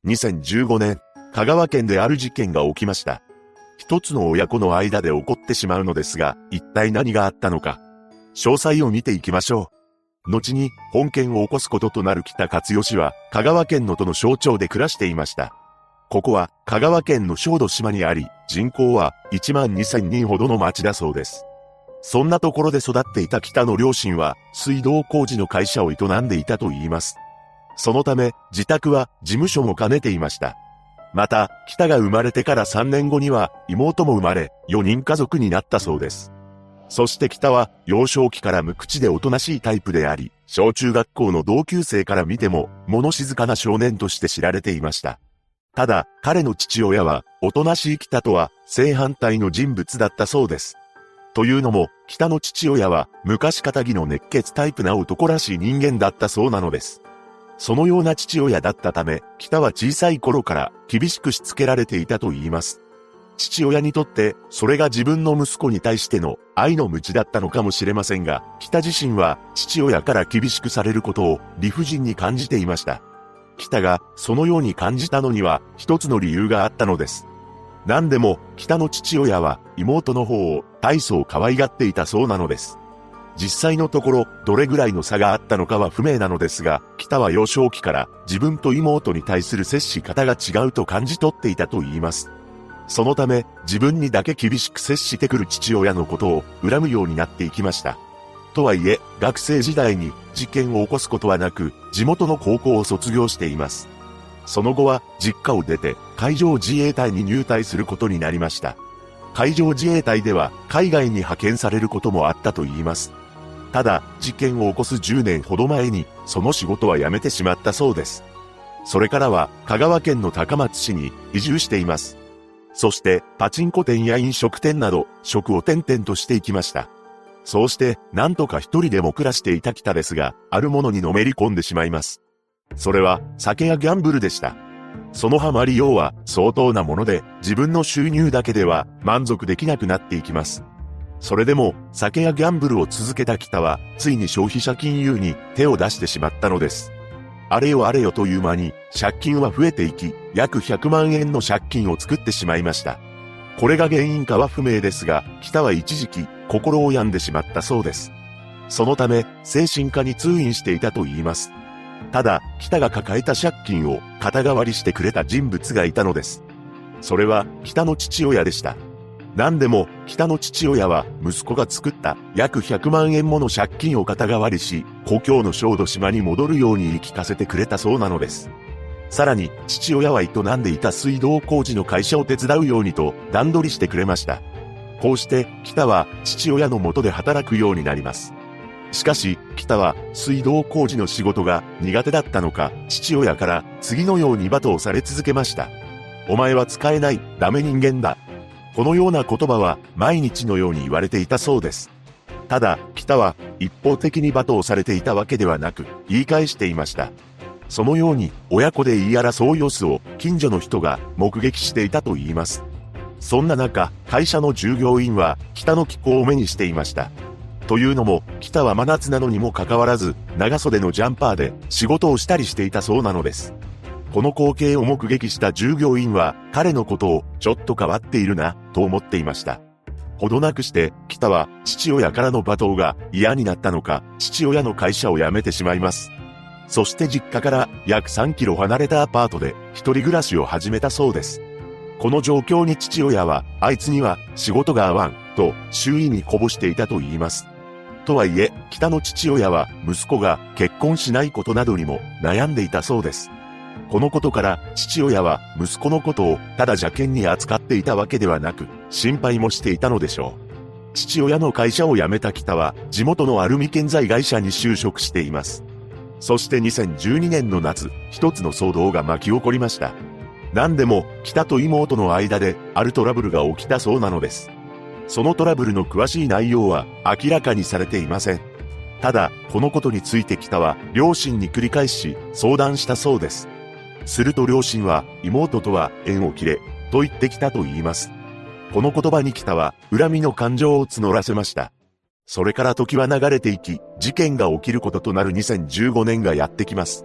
2015年、香川県である事件が起きました。一つの親子の間で起こってしまうのですが、一体何があったのか。詳細を見ていきましょう。後に本件を起こすこととなる北勝吉は、香川県能登の小町で暮らしていました。ここは香川県の小豆島にあり、人口は1万2000人ほどの町だそうです。そんなところで育っていた北の両親は、水道工事の会社を営んでいたといいます。そのため、自宅は事務所も兼ねていました。また、北が生まれてから3年後には、妹も生まれ、4人家族になったそうです。そして北は、幼少期から無口でおとなしいタイプであり、小中学校の同級生から見ても、物静かな少年として知られていました。ただ、彼の父親は、おとなしい北とは、正反対の人物だったそうです。というのも、北の父親は、昔かたぎの熱血タイプな男らしい人間だったそうなのです。そのような父親だったため、北は小さい頃から厳しくしつけられていたと言います。父親にとって、それが自分の息子に対しての愛の鞭だったのかもしれませんが、北自身は父親から厳しくされることを理不尽に感じていました。北がそのように感じたのには一つの理由があったのです。何でも、北の父親は妹の方を大層可愛がっていたそうなのです。実際のところ、どれぐらいの差があったのかは不明なのですが、北は幼少期から自分と妹に対する接し方が違うと感じ取っていたと言います。そのため、自分にだけ厳しく接してくる父親のことを恨むようになっていきました。とはいえ、学生時代に事件を起こすことはなく、地元の高校を卒業しています。その後は、実家を出て、海上自衛隊に入隊することになりました。海上自衛隊では、海外に派遣されることもあったと言います。ただ、事件を起こす10年ほど前に、その仕事は辞めてしまったそうです。それからは、香川県の高松市に移住しています。そして、パチンコ店や飲食店など、職を転々としていきました。そうして、なんとか一人でも暮らしていた北ですが、あるものにのめり込んでしまいます。それは、酒やギャンブルでした。そのハマりようは、相当なもので、自分の収入だけでは、満足できなくなっていきます。それでも、酒やギャンブルを続けた北は、ついに消費者金融に手を出してしまったのです。あれよあれよという間に、借金は増えていき、約100万円の借金を作ってしまいました。これが原因かは不明ですが、北は一時期、心を病んでしまったそうです。そのため、精神科に通院していたと言います。ただ、北が抱えた借金を肩代わりしてくれた人物がいたのです。それは、北の父親でした。何でも、北の父親は、息子が作った約100万円もの借金を肩代わりし、故郷の小豆島に戻るように言い聞かせてくれたそうなのです。さらに、父親は営んでいた水道工事の会社を手伝うようにと段取りしてくれました。こうして、北は父親の下で働くようになります。しかし、北は水道工事の仕事が苦手だったのか、父親から次のように罵倒され続けました。お前は使えない、ダメ人間だ。このような言葉は毎日のように言われていたそうです。ただ、北は一方的に罵倒されていたわけではなく、言い返していました。そのように親子で言い争う様子を近所の人が目撃していたと言います。そんな中、会社の従業員は北の気候を目にしていました。というのも、北は真夏なのにもかかわらず、長袖のジャンパーで仕事をしたりしていたそうなのです。この光景を目撃した従業員は、彼のことをちょっと変わっているな、と思っていました。ほどなくして、北は父親からの罵倒が嫌になったのか、父親の会社を辞めてしまいます。そして実家から約3キロ離れたアパートで一人暮らしを始めたそうです。この状況に父親は、あいつには仕事が合わん、と周囲にこぼしていたと言います。とはいえ、北の父親は息子が結婚しないことなどにも悩んでいたそうです。このことから父親は息子のことをただ邪険に扱っていたわけではなく、心配もしていたのでしょう。父親の会社を辞めた北は地元のアルミ建材会社に就職しています。そして2012年の夏、一つの騒動が巻き起こりました。何でも北と妹の間であるトラブルが起きたそうなのです。そのトラブルの詳しい内容は明らかにされていません。ただ、このことについて北は両親に繰り返し相談したそうです。すると両親は妹とは縁を切れ、と言ってきたと言います。この言葉に北は恨みの感情を募らせました。それから時は流れていき、事件が起きることとなる2015年がやってきます。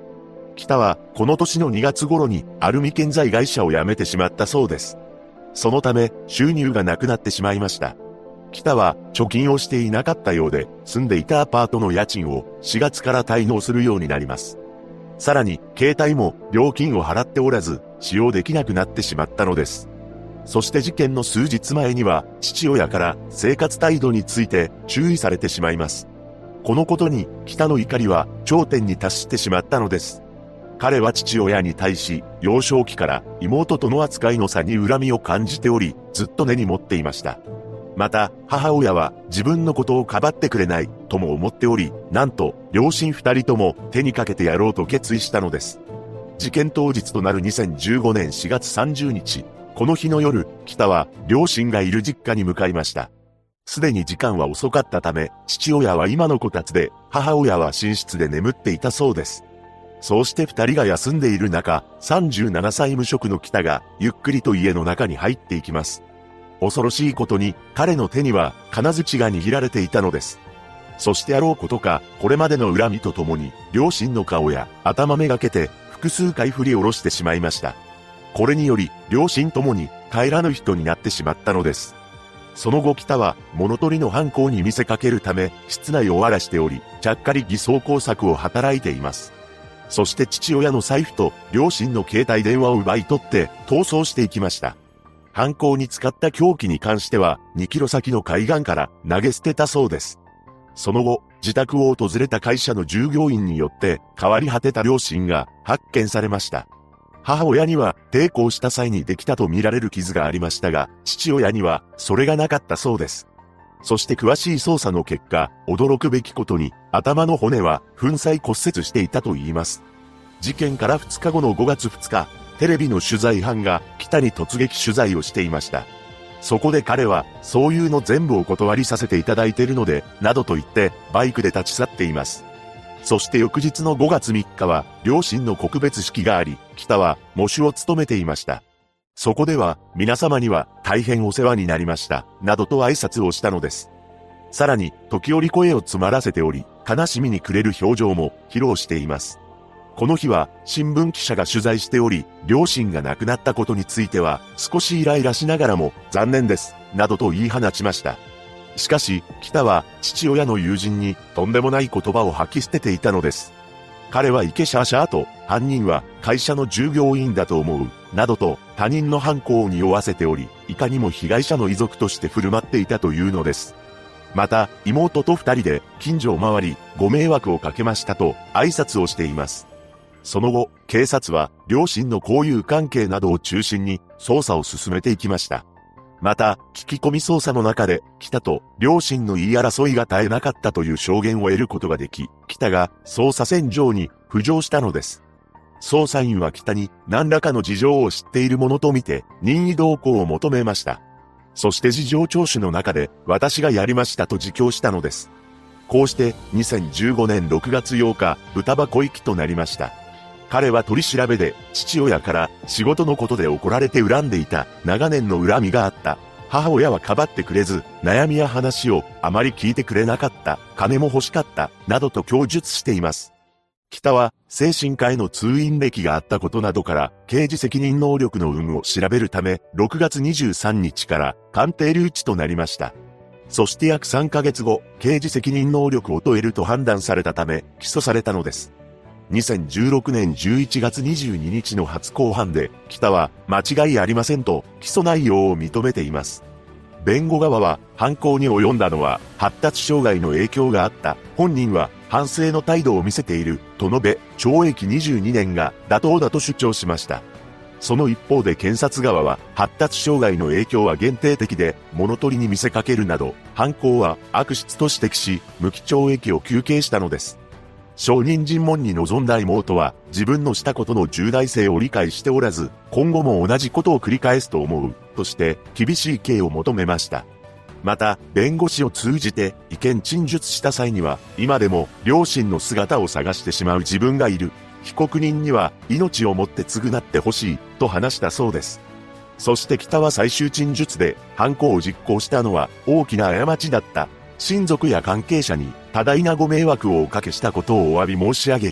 北はこの年の2月頃にアルミ建材会社を辞めてしまったそうです。そのため収入がなくなってしまいました。北は貯金をしていなかったようで、住んでいたアパートの家賃を4月から滞納するようになります。さらに携帯も料金を払っておらず、使用できなくなってしまったのです。そして事件の数日前には父親から生活態度について注意されてしまいます。このことに北の怒りは頂点に達してしまったのです。彼は父親に対し幼少期から妹との扱いの差に恨みを感じており、ずっと根に持っていました。また母親は自分のことをかばってくれないとも思っており、なんと両親二人とも手にかけてやろうと決意したのです。事件当日となる2015年4月30日、この日の夜、北は両親がいる実家に向かいました。すでに時間は遅かったため、父親は今のこたつで、母親は寝室で眠っていたそうです。そうして二人が休んでいる中、37歳無職の北がゆっくりと家の中に入っていきます。恐ろしいことに彼の手には金槌が握られていたのです。そしてあろうことか、これまでの恨みとともに両親の顔や頭めがけて複数回振り下ろしてしまいました。これにより両親ともに帰らぬ人になってしまったのです。その後北は物取りの犯行に見せかけるため室内を荒らしており、ちゃっかり偽装工作を働いています。そして父親の財布と両親の携帯電話を奪い取って逃走していきました。犯行に使った凶器に関しては2キロ先の海岸から投げ捨てたそうです。その後、自宅を訪れた会社の従業員によって変わり果てた両親が発見されました。母親には抵抗した際にできたと見られる傷がありましたが、父親にはそれがなかったそうです。そして詳しい捜査の結果、驚くべきことに頭の骨は粉砕骨折していたといいます。事件から2日後の5月2日、テレビの取材班が北に突撃取材をしていました。そこで彼は、そういうの全部お断りさせていただいているので、などと言ってバイクで立ち去っています。そして翌日の5月3日は、両親の告別式があり、北は喪主を務めていました。そこでは、皆様には大変お世話になりました、などと挨拶をしたのです。さらに、時折声を詰まらせており、悲しみに暮れる表情も披露しています。この日は、新聞記者が取材しており、両親が亡くなったことについては、少しイライラしながらも、残念です、などと言い放ちました。しかし、北は父親の友人にとんでもない言葉を吐き捨てていたのです。彼はイケシャーシャーと、犯人は会社の従業員だと思う、などと他人の犯行を匂わせており、いかにも被害者の遺族として振る舞っていたというのです。また、妹と二人で近所を回り、ご迷惑をかけましたと挨拶をしています。その後、警察は両親の交友関係などを中心に捜査を進めていきました。また、聞き込み捜査の中で、北と両親の言い争いが絶えなかったという証言を得ることができ、北が捜査線上に浮上したのです。捜査員は北に何らかの事情を知っているものとみて、任意同行を求めました。そして事情聴取の中で、私がやりましたと自供したのです。こうして、2015年6月8日、豚箱行きとなりました。彼は取り調べで父親から仕事のことで怒られて恨んでいた長年の恨みがあった。母親はかばってくれず悩みや話をあまり聞いてくれなかった。金も欲しかった。などと供述しています。北は精神科への通院歴があったことなどから刑事責任能力の有無を調べるため6月23日から鑑定留置となりました。そして約3ヶ月後、刑事責任能力を問えると判断されたため起訴されたのです。2016年11月22日の初公判で、北は間違いありませんと起訴内容を認めています。弁護側は犯行に及んだのは発達障害の影響があった。本人は反省の態度を見せていると述べ、懲役22年が妥当だと主張しました。その一方で検察側は発達障害の影響は限定的で物取りに見せかけるなど犯行は悪質と指摘し無期懲役を求刑したのです。証人尋問に臨んだ妹は自分のしたことの重大性を理解しておらず今後も同じことを繰り返すと思うとして厳しい刑を求めました。また弁護士を通じて意見陳述した際には今でも両親の姿を探してしまう自分がいる。被告人には命をもって償ってほしいと話したそうです。そして北は最終陳述で犯行を実行したのは大きな過ちだった。親族や関係者に多大なご迷惑をおかけしたことをお詫び申し上げる。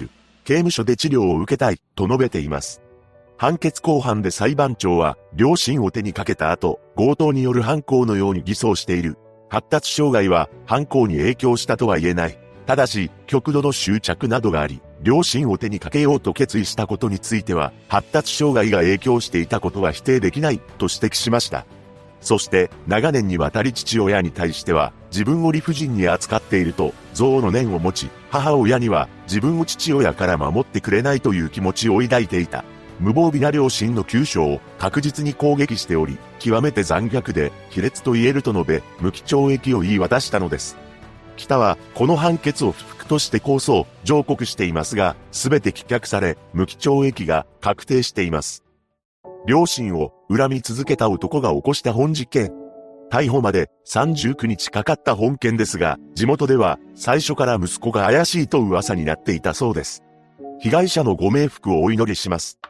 刑務所で治療を受けたい、と述べています。判決公判で裁判長は、両親を手にかけた後、強盗による犯行のように偽装している。発達障害は、犯行に影響したとは言えない。ただし、極度の執着などがあり、両親を手にかけようと決意したことについては、発達障害が影響していたことは否定できない、と指摘しました。そして、長年にわたり父親に対しては、自分を理不尽に扱っていると、憎悪の念を持ち、母親には、自分を父親から守ってくれないという気持ちを抱いていた。無防備な両親の急所を確実に攻撃しており、極めて残虐で卑劣と言えると述べ、無期懲役を言い渡したのです。北は、この判決を不服として控訴、上告していますが、すべて棄却され、無期懲役が確定しています。両親を恨み続けた男が起こした本事件。逮捕まで39日かかった本件ですが、地元では最初から息子が怪しいと噂になっていたそうです。被害者のご冥福をお祈りします。